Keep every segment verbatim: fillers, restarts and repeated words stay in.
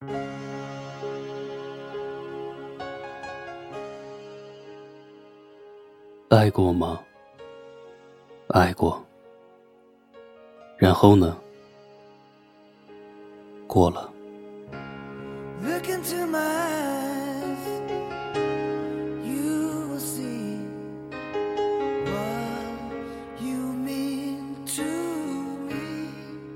爱过吗？爱过。然后呢？过了。 Look into my eyes, you will see what you mean to me.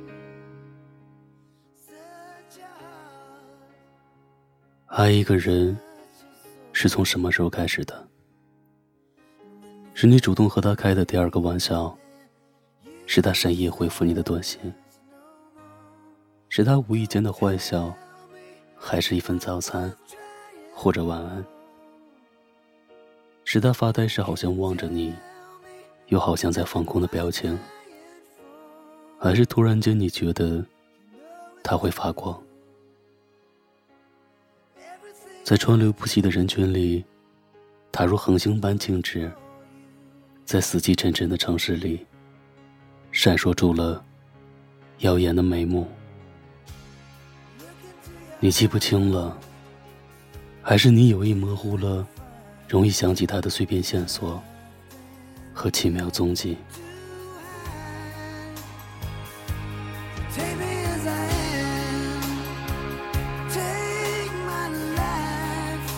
Such a heart. 爱一个人是从什么时候开始的？是你主动和他开的第二个玩笑，是他深夜回复你的短信，是他无意间的坏笑，还是一份早餐或者晚安？是他发呆时好像望着你，又好像在放空的表情，还是突然间你觉得他会发光？在川流不息的人群里，他如恒星般静止，在死气沉沉的城市里闪烁出了耀眼的眉目。你记不清了，还是你有意模糊了容易想起他的碎片线索和奇妙踪迹。 Take me as I am, take my life.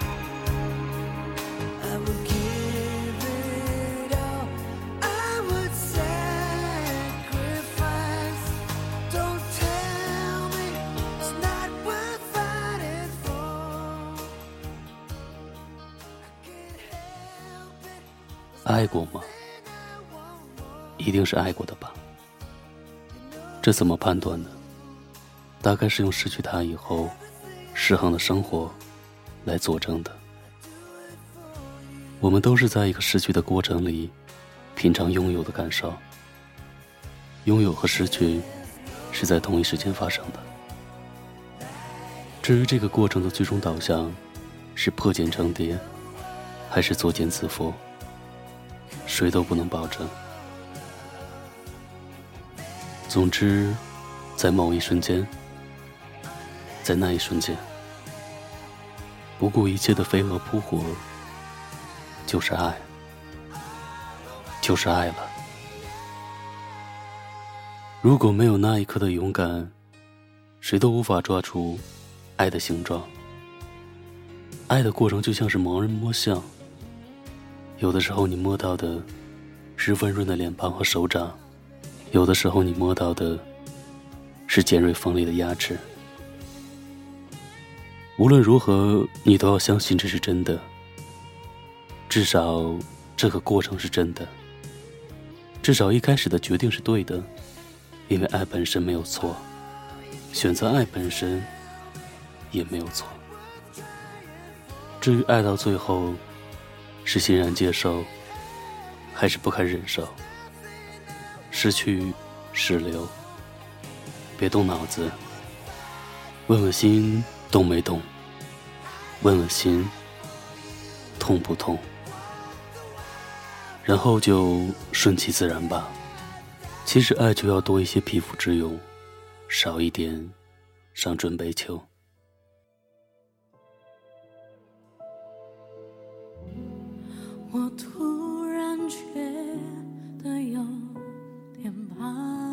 I would give it all, I would sacrifice. Don't tell me it's not worth fighting for. I can't help it. 爱过吗？一定是爱过的吧。这怎么判断呢？大概是用失去他以后失衡的生活来佐证的。我们都是在一个失去的过程里品尝拥有的感受。拥有和失去是在同一时间发生的。至于这个过程的最终导向是破茧成蝶还是作茧自缚，谁都不能保证。总之，在某一瞬间，在那一瞬间，不顾一切的飞蛾扑火，就是爱，就是爱了。如果没有那一刻的勇敢，谁都无法抓住爱的形状。爱的过程就像是盲人摸象，有的时候你摸到的是温润的脸庞和手掌，有的时候你摸到的是尖锐锋利的牙齿。无论如何，你都要相信这是真的，至少这个过程是真的，至少一开始的决定是对的，因为爱本身没有错，选择爱本身也没有错。至于爱到最后是欣然接受还是不堪忍受，失去是留，别动脑子，问问心动没动，问问心痛不痛，然后就顺其自然吧。其实爱就要多一些匹夫之勇，少一点伤春悲秋。 我突然觉得有点怕，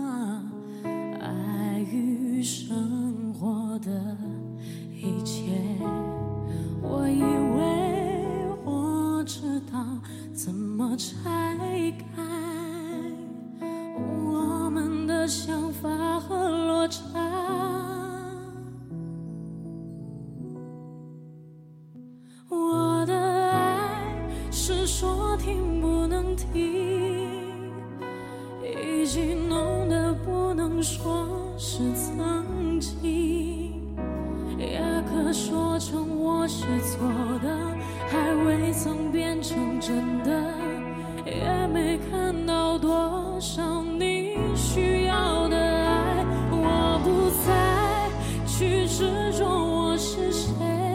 爱与生活的一切，我以为我知道怎么拆开我们的想法和落差。我的爱是说停不能停，已经浓得不能说是曾经，也可说成我是错的，还未曾变成真的，也没看到多少你需要的爱。我不再去执着我是谁，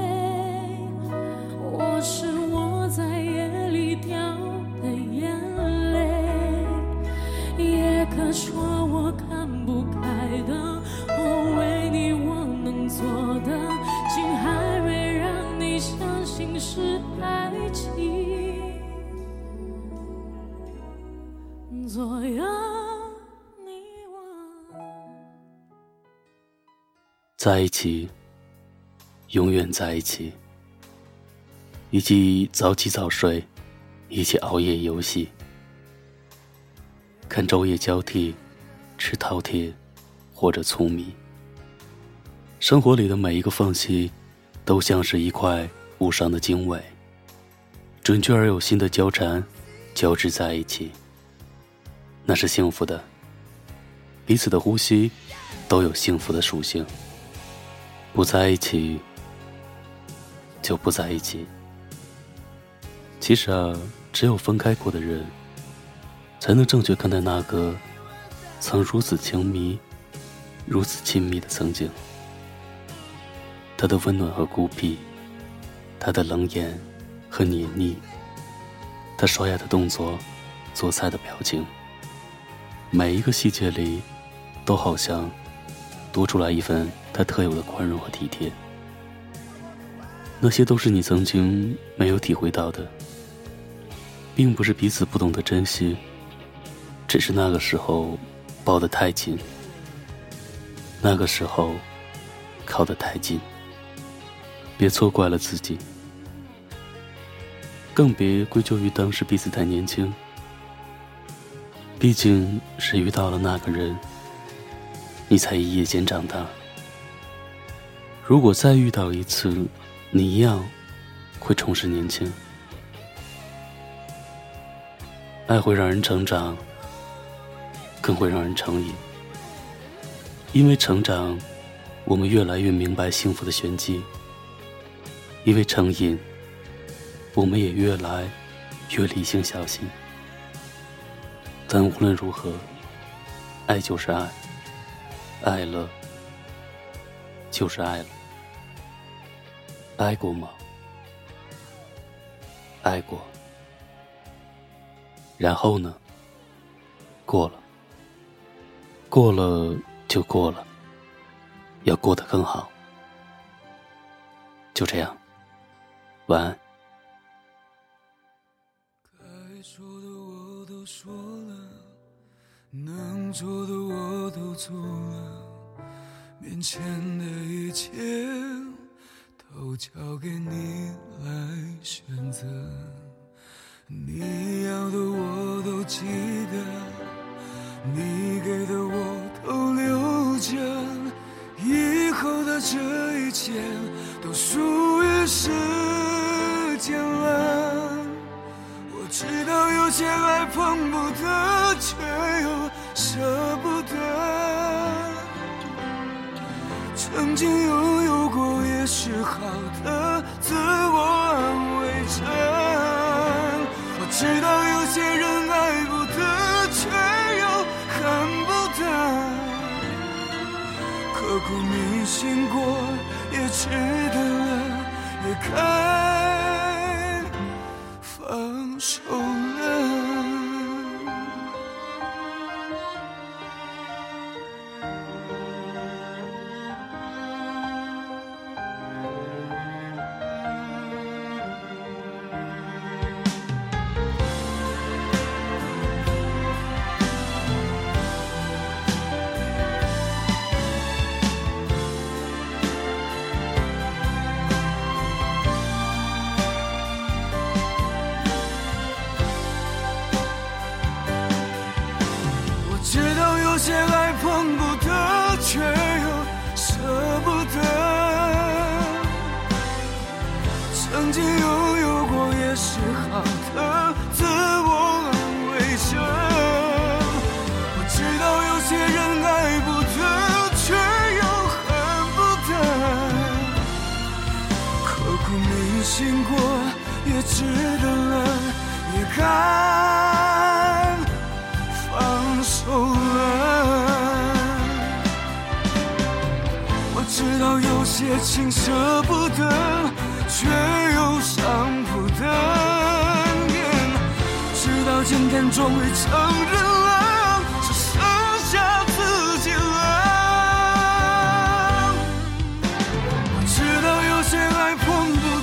我是我在夜里掉的眼泪，也可说我看不开的，哦，为你我能做的是爱情，左右你我。 在一起，永远在一起，一起早起早睡，一起熬夜游戏，看昼夜交替，吃饕餮或者粗米。生活里的每一个缝隙都像是一块无上的经纬，准确而有心的交缠交织在一起，那是幸福的。彼此的呼吸都有幸福的属性，不在一起就不在一起。其实啊，只有分开过的人才能正确看待那个曾如此情迷如此亲密的曾经。他的温暖和孤僻，他的冷眼和黏腻，他刷牙的动作，做菜的表情，每一个细节里都好像多出来一份他特有的宽容和体贴。那些都是你曾经没有体会到的，并不是彼此不懂得珍惜，只是那个时候抱得太紧，那个时候靠得太近。别错怪了自己，更别归咎于当时彼此太年轻。毕竟是遇到了那个人，你才一夜间长大。如果再遇到一次，你一样会重拾年轻。爱会让人成长，更会让人成瘾。因为成长，我们越来越明白幸福的玄机。因为成瘾，我们也越来越理性小心。但无论如何，爱就是爱，爱了就是爱了。爱过吗？爱过。然后呢？过了。过了就过了，要过得更好。就这样。晚安。 该说的我都说了，能做的我都做了，面前的一切都交给你来选择。你要的我都记得，你给的我都留着，以后的这一切都属于时间了。我知道有些爱碰不得，却又舍不得，曾经拥有过也是好的，自我安慰着。我知道有些人爱不得，却又恨不得，刻骨铭心过也值得了，也该放手了。知道有些爱碰不得，却又舍不得，曾经拥有过也是好的，自我安慰着。我知道有些人爱不得，却又恨不得，刻骨铭心过也值得了，也该放手了。我知道有些情舍不得，却又伤不得，直到今天终于承认了，只剩下自己了。我知道有些爱碰不